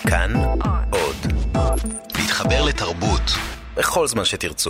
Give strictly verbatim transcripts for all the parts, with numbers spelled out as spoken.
כאן עוד. להתחבר לתרבות בכל זמן שתרצו.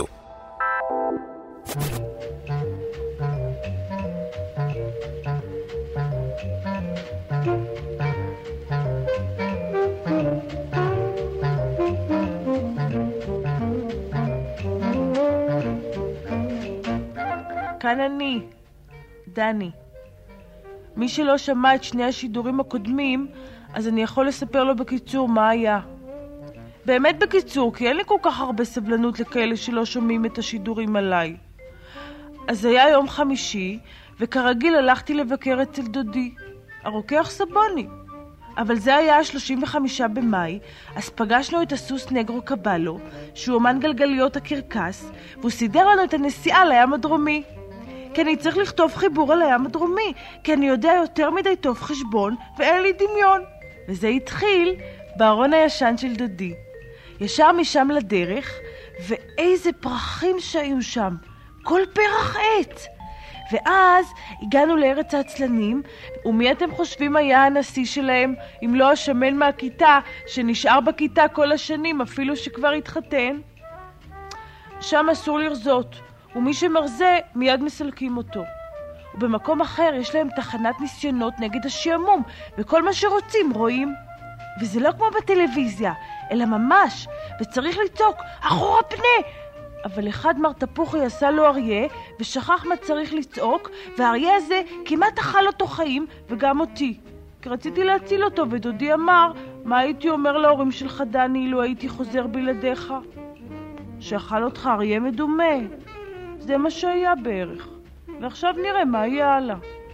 כאן אני, דני. מי שלא שמע את שני השידורים הקודמים, אז אני יכול לספר לו בקיצור מה היה. באמת בקיצור, כי אין לי כל כך הרבה סבלנות לכאלה שלא שומעים את השידורים עליי. אז היה יום חמישי, וכרגיל הלכתי לבקר אצל דודי, הרוקח סבוני. אבל זה היה ה-שלושים וחמישה במאי, אז פגשנו את הסוס נגרו קבלו, שהוא אומן גלגליות הקרקס, והוא סידר לנו את הנסיעה לים הדרומי. כי אני צריך לכתוב חיבור על הים הדרומי, כי אני יודע יותר מדי טוב חשבון ואין לי דמיון. וזה התחיל בארון הישן של דודי. ישר משם לדרך, ואיזה פרחים שהיו שם, כל פרח עץ. ואז הגענו לארץ העצלנים, ומי אתם חושבים היה הנשיא שלהם, אם לא השמן מהכיתה, שנשאר בכיתה כל השנים, אפילו שכבר התחתן? שם אסור לרזות, ומי שמרזה מיד מסלקים אותו. ובמקום אחר יש להם תחנת ניסיונות נגד השיעמום, וכל מה שרוצים רואים. וזה לא כמו בטלוויזיה, אלא ממש, וצריך לצעוק, אחורה פנה! אבל אחד מר תפוחי עשה לו אריה, ושכח מה צריך לצעוק, והאריה הזה כמעט אכל אותו חיים, וגם אותי. כי רציתי להציל אותו, ודודי אמר, מה הייתי אומר להורים שלך דני, אילו הייתי חוזר בלעדיך? שאכל אותך אריה מדומה. זה מה שהיה בערך. ועכשיו נראה מה יהיה הלאה.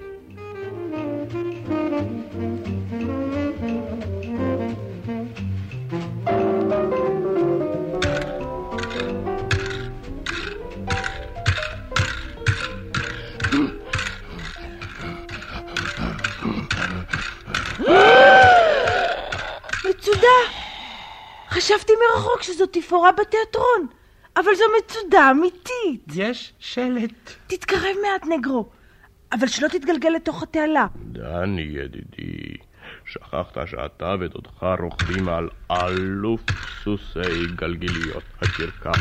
מצודה! חשבתי מרחוק שזו תפאורה בתיאטרון, אבל זו מצודה אמיתית. יש שלט. תתקרב מעט נגרו, אבל שלא תתגלגל לתוך התעלה. דני ידידי, שכחת שאתה ודודך רוכבים על אלוף סוסי גלגיליות הקרקס.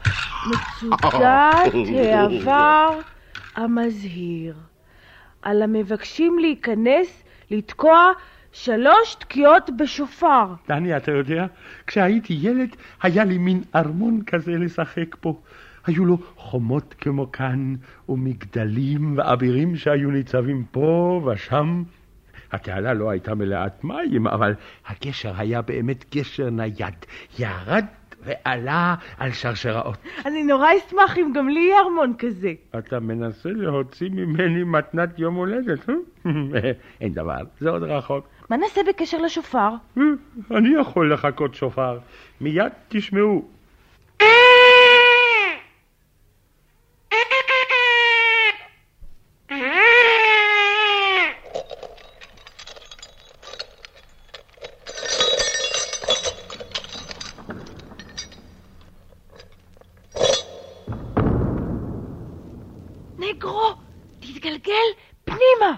מצודת העבר המזהיר על המבקשים להיכנס לתקוע שלוש תקיעות בשופר. דני, אתה יודע, כשהייתי ילד היה לי מין ארמון כזה לשחק פה. היו לו חומות כמו כאן, ומגדלים ואבירים שהיו ניצבים פה ושם. התעלה לא הייתה מלאת מים, אבל הגשר היה באמת גשר נייד. ירד ועלה על שרשראות. אני נורא אשמח אם גם לי יהיה ארמון כזה. אתה מנסה להוציא ממני מתנת יום הולדת, אה? אין דבר, זה עוד רחוק. מה נעשה בקשר לשופר? אני יכול לחכות שופר. מיד תשמעו. נגרו, תתגלגל פנימה.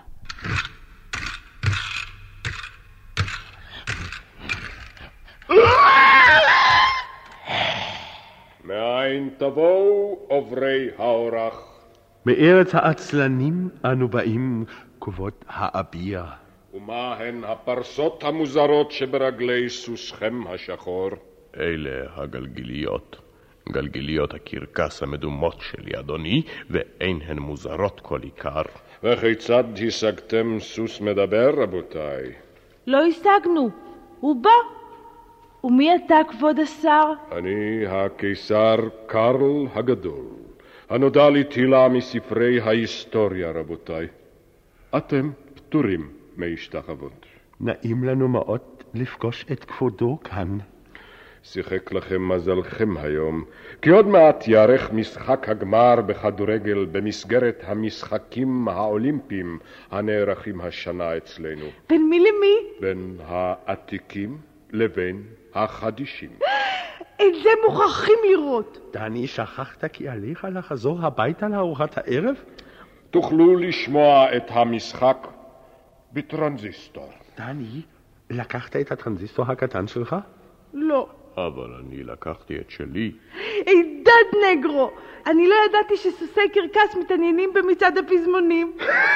מאין תבואו עוברי האורח? מארץ העצלנים אנו באים, כבוד האביר. ומה הן הפרסות המוזרות שברגלי סוסכם השחור? אלה הגלגיליות. גלגיליות הקרקס המדומות שלי, אדוני, ואין הן מוזרות כל עיקר. וכיצד השגתם סוס מדבר, רבותיי? לא השגנו, הוא בא. ומי אתה, כבוד השר? אני הקיסר קרל הגדול. הנודע לי תחילה מספרי ההיסטוריה, רבותיי. אתם פטורים מהשתחוות. נעים לנו מאוד לפגוש את כבודו כאן. שיחק לכם מזלכם היום, כי עוד מעט יערך משחק הגמר בכדורגל במסגרת המשחקים האולימפיים הנערכים השנה אצלנו. בין מי למי? בין העתיקים לבין החדישים. את זה מוכרחים לראות. דני, שכחת כי עליך לחזור הביתה לארוחת הערב? תוכלו לשמוע את המשחק בטרנזיסטור. דני, לקחת את הטרנזיסטור הקטן שלך? לא. אבל אני לקחתי את שלי. עידד נגרו, אני לא ידעתי שסוסי קרקס מתעניינים במצעד הפזמונים.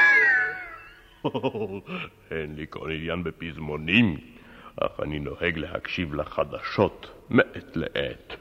אין לי כל עניין בפזמונים, אך אני נוהג להקשיב לחדשות מעת לעת.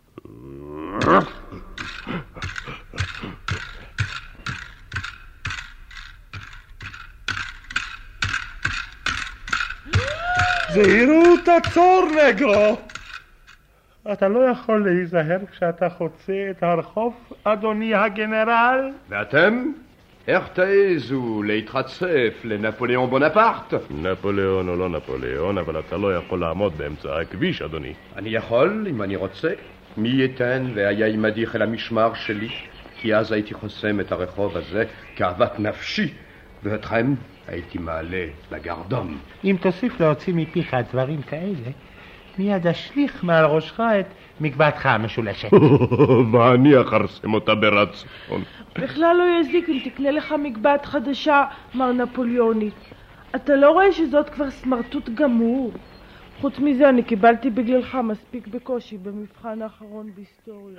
זהירות, עצור נגרו! אתה לא יכול להיזהר כשאתה חוצה את הרחוב, אדוני הגנרל? ואתם? איך תעזו להתחצף לנפוליאון בונפרט? נפוליאון או לא נפוליאון, אבל אתה לא יכול לעמוד באמצע הכביש, אדוני. אני יכול, אם אני רוצה. מי ייתן והיה עמדי חיל המשמר שלי, כי אז הייתי חוסם את הרחוב הזה כאוות נפשי, ואתכם הייתי מעלה לגרדום. אם תוסיף להוציא מפיך דברים כאלה, מיד אשליך מעל ראשך את מגבעתך המשולשת. ואני אחרסם אותה ברצון. בכלל לא יזיק אם תקנה לך מגבעת חדשה, מר נפוליוני. אתה לא רואה שזאת כבר סמרטוט גמור? חוץ מזה אני קיבלתי בגללך מספיק בקושי במבחן האחרון בהיסטוריה.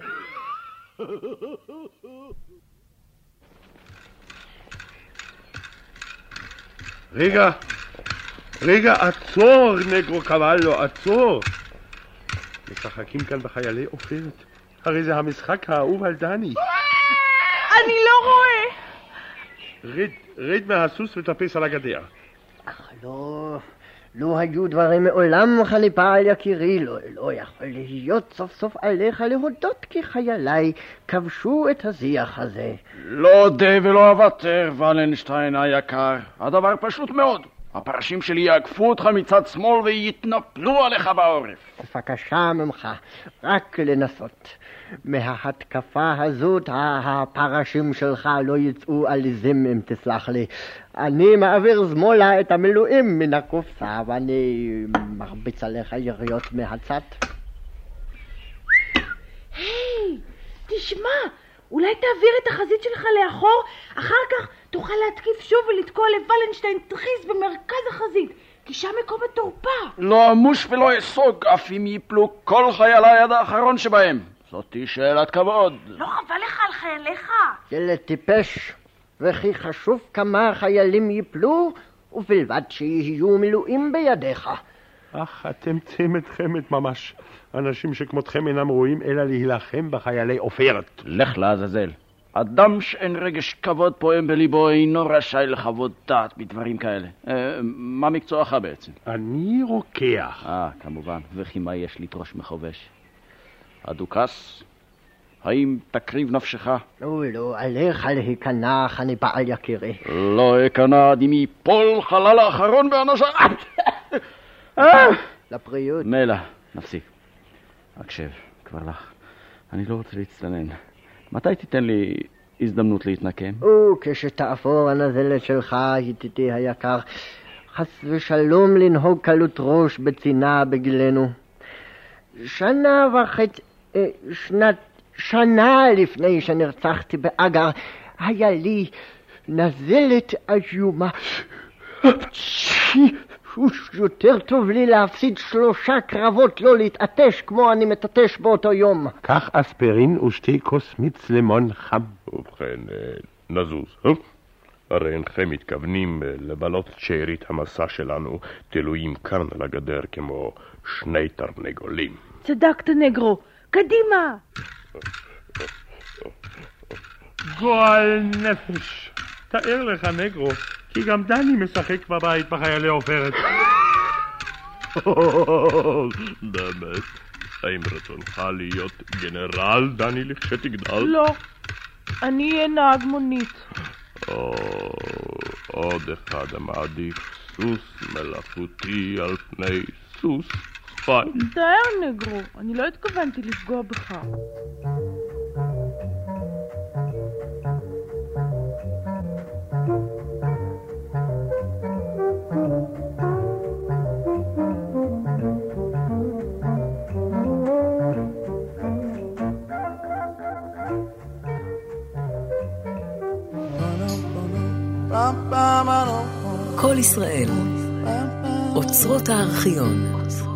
רגע, רגע, עצור נגרו קבלו, עצור. משחקים כאן בחיילי עופרת. הרי זה המשחק האהוב על דני. אני לא רואה. רד, רד מהסוס וטפס על הגדר. אך לא, לא היו דברים מעולם חליפה על יקירי, לא, לא יכול להיות סוף סוף עליך להודות כי חיילי כבשו את הזיח הזה. לא די ולא אוותר, ולנשטיין היקר. הדבר פשוט מאוד. הפרשים שלי יעקפו אותך מצד שמאל ויתנפלו עליך בעורף. בבקשה ממך, רק לנסות. מההתקפה הזאת הפרשים שלך לא יצאו עליזים אם תסלח לי. אני מעביר שמאלה את המילואים מן הקופסה ואני מרביץ עליך יריות מהצד. היי, תשמע, אולי תעביר את החזית שלך לאחור, אחר כך תוכל להתקיף שוב ולתקוע לוולנשטיין תחיס במרכז החזית, כי שם מקום התורפה. לא אמוש ולא אסוג, אף אם ייפלו כל חיילי עד האחרון שבהם. זאתי שאלת כבוד. לא חבל לך על חייליך? ילד טיפש, וכי חשוב כמה חיילים ייפלו, ובלבד שיהיו מילואים בידיך. אך אתם צמדכם את ממש. אנשים שכמותכם אינם רואים אלא להילחם בחיילי עופרת. לך לעזאזל. אדם שאין רגש כבוד פועם בליבו אינו רשאי לחוות דעת בדברים כאלה. אה, מה מקצועך בעצם? אני רוקח. אה, כמובן. וכי מה יש לתרוש מחובש? הדוכס, האם תקריב נפשך? לא, לא, עליך להיכנע, אני בעל יקירי. לא אכנע עד אם ייפול חלל האחרון באנושה. לבריאות. מלא, נפסיק. הקשב, כבר לך. אני לא רוצה להצטנן. מתי תיתן לי הזדמנות להתנקם? וכשתעבור הנזלת שלך, ידידי היקר, חס ושלום לנהוג קלות ראש בצינה בגילנו. שנה וחצי, שנת, שנה לפני שנרצחתי באגר, היה לי נזלת איומה. יותר טוב לי להפסיד שלושה קרבות לא להתעטש כמו אני מתעטש באותו יום. קח אספרין ושתי כוס מיץ לימון חם. ובכן, נזוז, אה? הרי אינכם מתכוונים לבלות את שארית המסע שלנו תלויים כאן על הגדר כמו שני תרנגולים. צדקת נגרו, קדימה. גועל נפש. תאר לך נגרו, כי גם דני משחק בבית בחיילי עופרת. באמת, האם רצונך להיות גנרל דני לכשתגדל? לא, אני אהיה נהג מונית. או, עוד אחד המעדיף סוס מלאכותי על פני סוס חי. תאר נגרו, אני לא התכוונתי לפגוע בך. כל ישראל, אוצרות הארכיון.